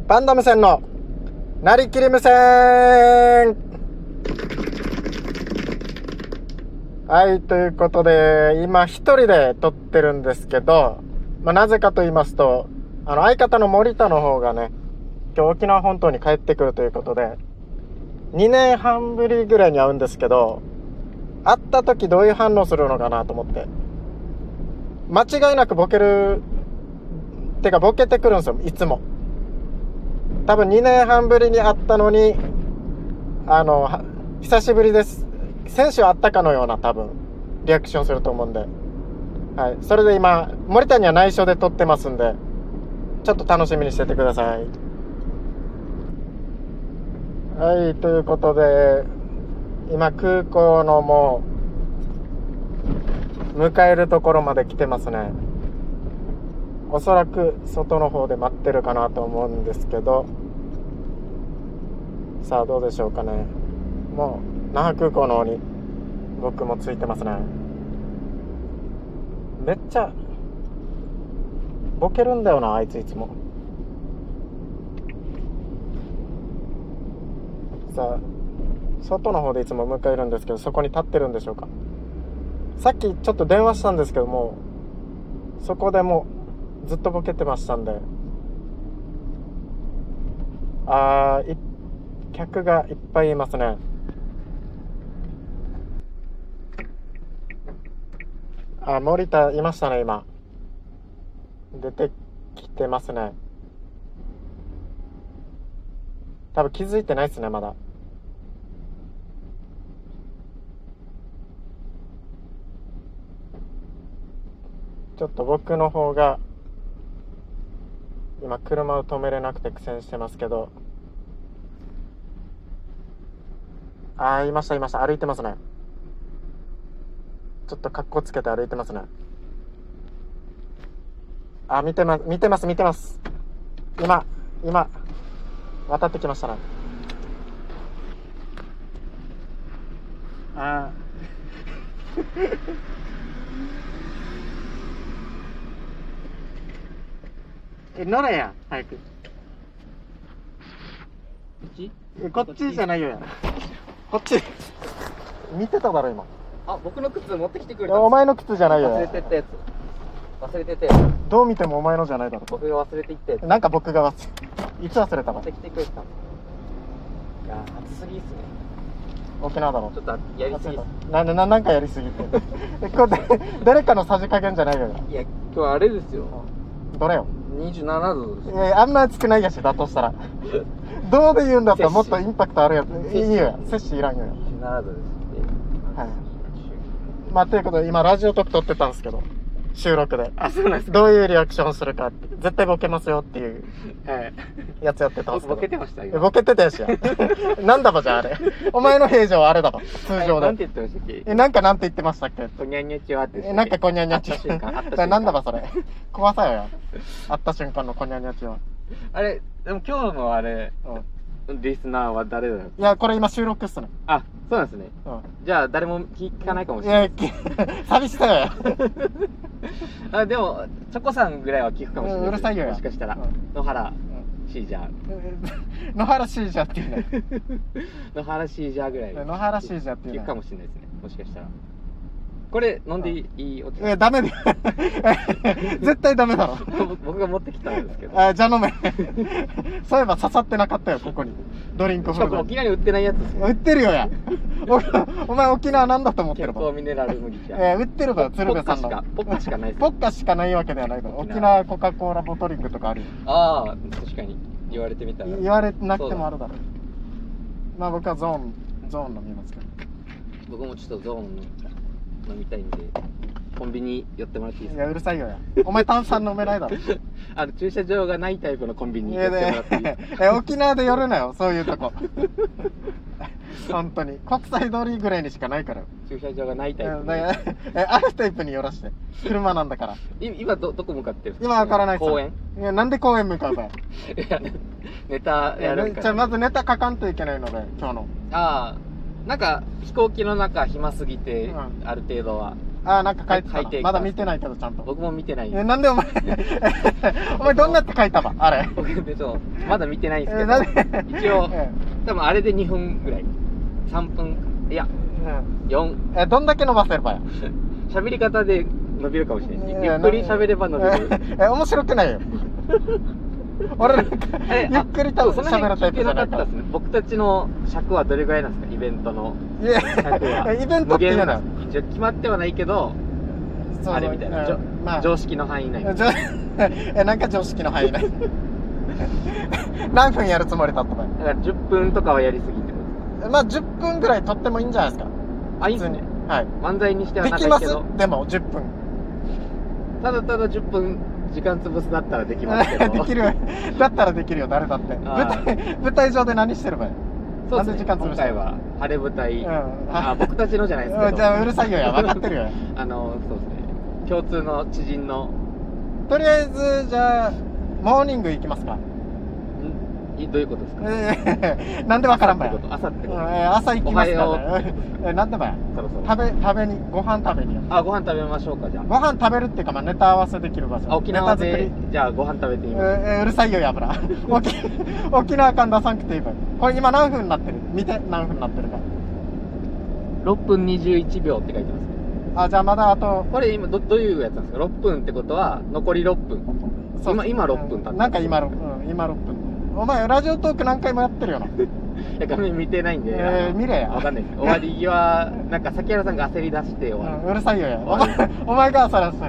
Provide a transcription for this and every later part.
パンダ無線のなりきり無線。はい、ということで今一人で撮ってるんですけど、なぜかと言いますと、相方の森田の方がね、今日沖縄本島に帰ってくるということで、2年半ぶりぐらいに会うんですけど、会った時どういう反応するのかなと思って、間違いなくボケるてかボケてくるんですよ、いつも。多分2年半ぶりに会ったのに久しぶりです、先週会ったかのような多分リアクションすると思うんで、はい、それで今森田には内緒で撮ってますんで、ちょっと楽しみにしててください。はい、ということで今空港のもう迎えるところまで来てますね。おそらく外の方で待ってるかなと思うんですけど、さあどうでしょうかね。もう那覇空港の方に僕もついてますね。めっちゃボケるんだよなあいついつも。さあ外の方でいつも迎えるんですけど、そこに立ってるんでしょうか。さっきちょっと電話したんですけども、そこでもうずっとボケてましたんで、客がいっぱいいますね。森田いましたね。今出てきてますね。多分気づいてないですねまだ。ちょっと僕の方が今車を止めれなくて苦戦してますけど、いました歩いてますね。ちょっと格好つけて歩いてますね。見てます今渡ってきましたね。乗れや早く。こっちじゃないよや。こっち見てただろ今。 僕の靴持ってきてくれたんです。 お前の靴じゃないよ。 忘れてったやつ。忘れてて。 どう見てもお前のじゃないだろ。 僕が忘れていったやつ。 なんか僕がいつ忘れたの。 持ってきてくれた。いや暑すぎっすね。 沖縄だろ。 ちょっとやりすぎ。 なんかやりすぎて。これ誰かのさじ加減じゃないよ。 いや今日あれですよ。 どれよ。 27度です。 あんな暑くないやしだとしたら。どうで言うんだったらもっとインパクトあるやつ。いいよ。摂氏いらんよ。 27度ですって。 はい。ということで今ラジオトーク撮ってたんですけど、収録で。 そうなんですか。 どういうリアクションするかって、絶対ボケますよっていうやつやってたんですけど。 ボケてましたよ。 ボケてたやしや。なんだばじゃああれ。お前の平常はあれだば。通常で。 なんて言ってましたっけ。 なんて言ってましたっけ。 こにゃにゃちはって。 なんかこにゃにゃちは。なんだばそれ。怖さよや。会った瞬間のこにゃにゃちは。 あれ、でも今日のあれ、リスナーは誰だよ。 いやこれ今収録っすね。 そうなんですね。じゃあ誰も聞かないかもしれない。 寂しさよや。 でもチョコさんぐらいは聞くかもしれない。 うるさいよや。 もしかしたら野原シージャー。 野原シージャーっていうね。 野原シージャーぐらい。 野原シージャーっていうね。 聞くかもしれないですね。もしかしたら。これ飲んでいいお茶。 ダメだよ。絶対ダメだろ。 僕が持ってきたんですけど。 じゃあ飲め。そういえば刺さってなかったよここに。ドリンクフルーツ。 沖縄に売ってないやつですよ。 売ってるよや。お前沖縄なんだと思ってるの。 健康ミネラル麦茶。 売ってるわ鶴瓶さんの。 ポッカしかないです。 ポッカしかないわけではないから。沖縄コカ・コーラボトリンクとかあるよ。 確かに言われてみたら。 言われなくてもあるだろう。僕はゾーン飲みますけど。 僕もちょっとゾーン飲みたいんでコンビニ寄ってもらっていいですか。 いやうるさいよや。お前炭酸飲めないだろ。 駐車場がないタイプのコンビニ寄ってもらっていい。 沖縄で寄るなよそういうとこ。本当に国際通りぐらいにしかないからよ。 駐車場がないタイプ。 あるタイプに寄らして。車なんだから。 今どこ向かってるんですか。 今わからないです。 公園。 いやなんで公園向かうかよ。 ネタやるから。 まずネタ書かんといけないので今日の。 なんか飛行機の中暇すぎて、ある程度はあ、なんか書いてたな。 書いてまだ見てないけど、ちゃんと。 僕も見てないんなんでお前、お前どんなって書いたばあれ。 僕まだ見てないんですけなんど、 で一応、多分あれで2分ぐらい。3分、いや、4。 どんだけ伸ばせればや。 喋り方で伸びるかもしれない。 いやゆっくり喋れば伸びる。 面白くないよ。俺なんか、ゆっくり多分喋るタイプじゃないから。 僕たちの尺はどれぐらいなんですか、イベントのいや、 尺は。 イベントっていうのは一応決まってはないけど、あれみたいな、 まあ常識の範囲内。 なんか常識の範囲内。何分やるつもりだったの？ だから10分とかはやりすぎってことですか？ まあ10分ぐらい撮ってもいいんじゃないですか。 あ、いいですね。 はい。 漫才にしてはできます長いけど。 でも10分。 ただただ10分時間潰すだったらできますけど。 できるよ。だったらできるよ、誰だって。舞台上で何してればいい？ そうですね。 なんで時間潰して今回は晴れ舞台。 うん僕たちのじゃないですけど。 じゃあうるさいよや、分かってるよ。 そうですね。共通の知人の。 とりあえず、じゃあ、モーニング行きますか。 どういうことですか？ なんでわからんばや。 朝ってこと？ 朝行きますか。なんでばや。 そろそろ。 食べに、ご飯食べに。 ご飯食べましょうか、じゃあ。 ご飯食べるっていうか、まあ、ネタ合わせできる場所。 沖縄で、じゃあご飯食べてみます。 うるさいよ、やぶら。沖縄感出さんくていいばい。これ今何分になってる？見て、何分になってるか。 6分21秒って書いてます。 じゃあまだあと。 これ今、どういうやつなんですか？ 6 分ってことは、残り6分。今6分経って。 なんか今6分。お前、ラジオトーク何回もやってるよな。 いや、画面見てないんで。 見れや。 わかんないです。終わり際、なんか、崎原さんが焦り出して終わる。 うるさいよや。お前が焦らせろ。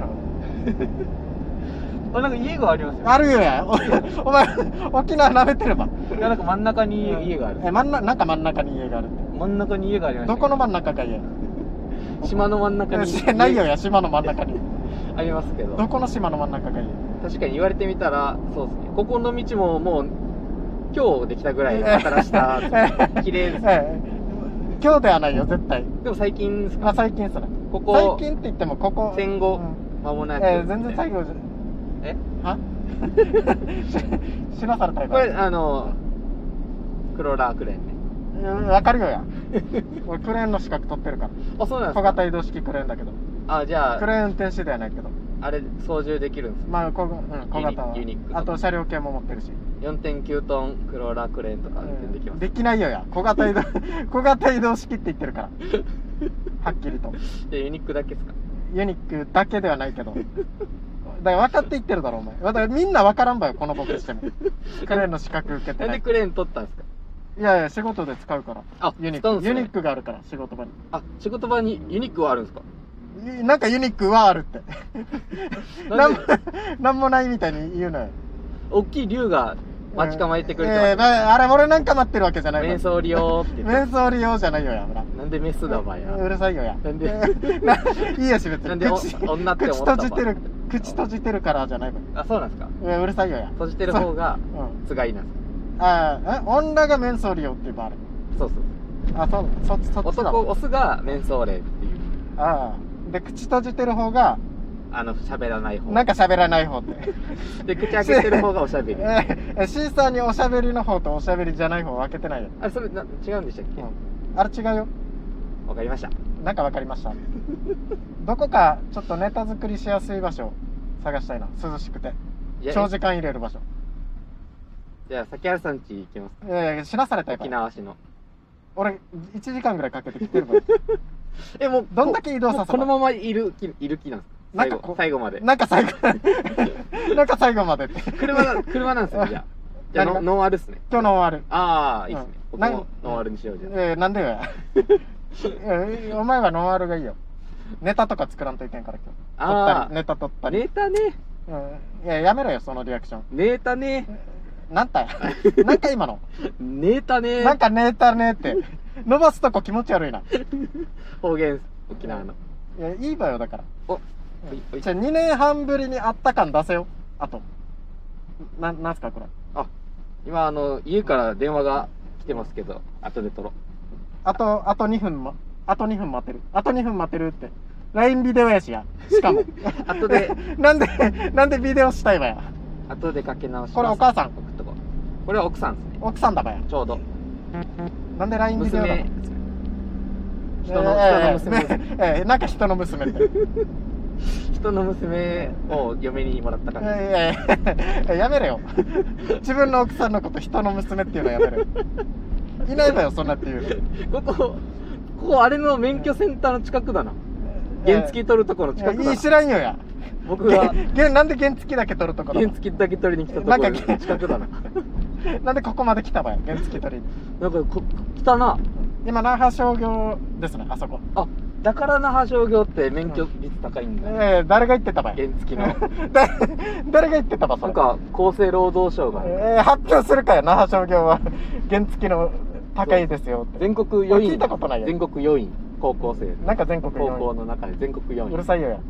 なんか家がありますよ。 あるよや。お前、沖縄舐めてれば。 いや、なんか真ん中に家がある。 なんか真ん中に家がある。 真ん中に家があります。 どこの真ん中が家？ 島の真ん中に。 ないよや、島の真ん中に。 ありますけど。 どこの島の真ん中が家？ 確かに言われてみたら、そうですね。ここの道ももう、今日できたぐらい新しさ、綺麗ですね。 今日ではないよ、絶対。 でも最近ですか？ 最近っすね。 ここ、 最近って言ってもここ。 戦後、間もなく。 全然最後じゃ。は死なされたよ。 これ、クローラークレーンね。 わかるよや。俺クレーンの資格取ってるから。 そうなんですか？ 小型移動式クレーンだけど。 じゃあ。 クレーン運転手ではないけど。 あれ、操縦できるんですか？ まあ、小型は。 ユニック。 あと車両系も持ってるし。 4.9 トンクローラークレーンとか運転できます。 できないよや。小型移動式って言ってるから。はっきりと。 で、ユニックだけですか？ ユニックだけではないけど。だから分かって言ってるだろ、お前。だからみんな分からんばよ、この僕しても。クレーンの資格受けてない。 なんでクレーン取ったんですか？ いやいや、仕事で使うから。ユニックがあるから、仕事場に。 仕事場にユニックはあるんですか？ なんかユニックはあるって。なんもないみたいに言うのよ。 大きい竜が待ち構えてくれてます。 あれ、俺なんか待ってるわけじゃない。 瞑想利用って言って。 瞑想利用じゃないよや、ほら。 なんでメスだばや。 うるさいよや。 なんでいいやし、別に。 なんで女って思ったば。 口閉じてるからじゃないば。 そうなんですか？ うるさいよや。 閉じてる方が、つがいなんですか？女が瞑想利用って言えばあれ。 そうそっちだ。 オスが瞑想霊っていう。 で、口閉じてる方が、 喋らない方。 なんか喋らない方って。 で、口開けてる方がおしゃべり。 シーサーにおしゃべりの方とおしゃべりじゃない方分けてないよ。 それ、違うんでしたっけ？ あれ違うよ。 わかりました。 なんかわかりました。どこか、ちょっとネタ作りしやすい場所を探したいな。涼しくて。長時間入れる場所。 じゃあ、崎原さん家行きます。 知らされたよ。 沖縄市の。 俺、1時間ぐらいかけて来てるばい。 もう、 どんだけ移動させこのままいる気なんですか？最後まで。 なんか最後までって。 車なんですよ、じゃあ。じゃあ、ノンアルっすね。 今日ノンアル。 いいっすね。僕もノンアルにしようじゃん。 なんでよや。お前はノンアルがいいよ。ネタとか作らんといけんから今日。ネタ取ったり。 ネタね。 いや、やめろよ、そのリアクション。 ネタね。 なんか今の。 ネタね。 なんかネタねって。伸ばすとこ気持ち悪いな。 方言、沖縄の。 いや、いいわよ、だから。 じゃあ 2年半ぶりに会った感出せよ。あと。なんすか、これ。 今、家から電話が来てますけど、後で撮ろう。 あと2分待てる。あと2分待てるって。LINE ビデオやしや。しかも。 後で。 なんでビデオしたいわや。 後でかけ直します。 これお母さん。 これは奥さんですね。 奥さんだばや。 ちょうど。 なんで LINE ビデオだの？ 人の娘なんか人の娘って人の娘を嫁にもらった感じ。 やめれよ自分の奥さんのこと人の娘っていうのやめれよいないわよそんなっていうここあれの免許センターの近くだな。原付取るところの近くだな。 知らんよや僕がなんで原付だけ取るところ原付だけ取りに来たところの近くだな。 なんでここまで来たわよ原付取りに。 なんか来たな。 今那覇商業ですねあそこ。 あ、だから那覇商業って免許率高いんだ。 誰が言ってたわよ原付の誰が言ってたわそれ。 なんか厚生労働省が発表するかよ那覇商業は原付の高いですよって。 全国4位。 聞いたことないよ。 全国4位高校生。 なんか全国4位。 高校の中で全国4位。 うるさいよや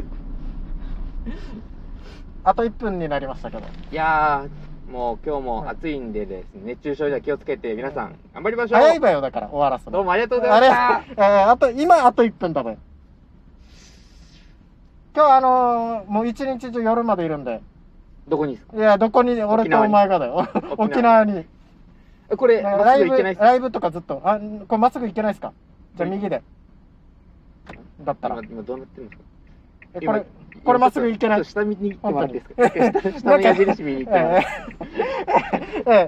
あと1分になりましたけど。 いやー、もう今日も暑いんでですね、熱中症には気をつけて皆さん頑張りましょう。 早いわよだから終わらすの。 どうもありがとうございました。 今あと1分だべ。今日もう一日中夜までいるんで。 どこにですか？ いやどこに俺とお前がだよ沖縄に。 これまっすぐ行けないっすか？ ライブとかずっとこれまっすぐ行けないっすか？じゃあ右でだったら今どうなってるんですか？ これまっすぐ行けない。 下見に行ってもらっていいですか？下の矢印見に行ってもらって。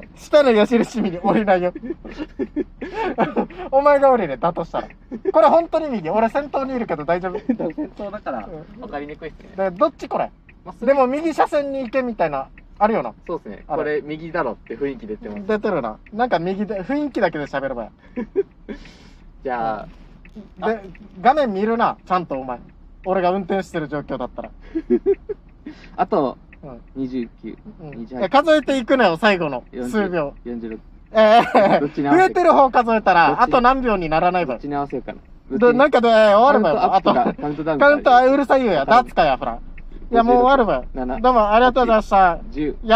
下の矢印見に降りないよお前が降りれだとしたらこれ本当に右。俺先頭にいるけど大丈夫？ 先頭だから分かりにくいっすね。 どっちこれ？でも右車線に行けみたいなあるよな。 そうですね。これ右だろって雰囲気出てます。 出てるな。なんか右で雰囲気だけで喋ればやじゃあで画面見るなちゃんとお前。俺が運転してる状況だったらあと29、28、 数えていくのよ最後の数秒。 46。 増えてる方数えたらあと何秒にならない分。 どっちに合わせようかな。 なんかで終わるわよ。あとカウントダウン。 カウントうるさいよや。ダーツかやほら。いやもう終わるわよ。どうもありがとうございました。 10。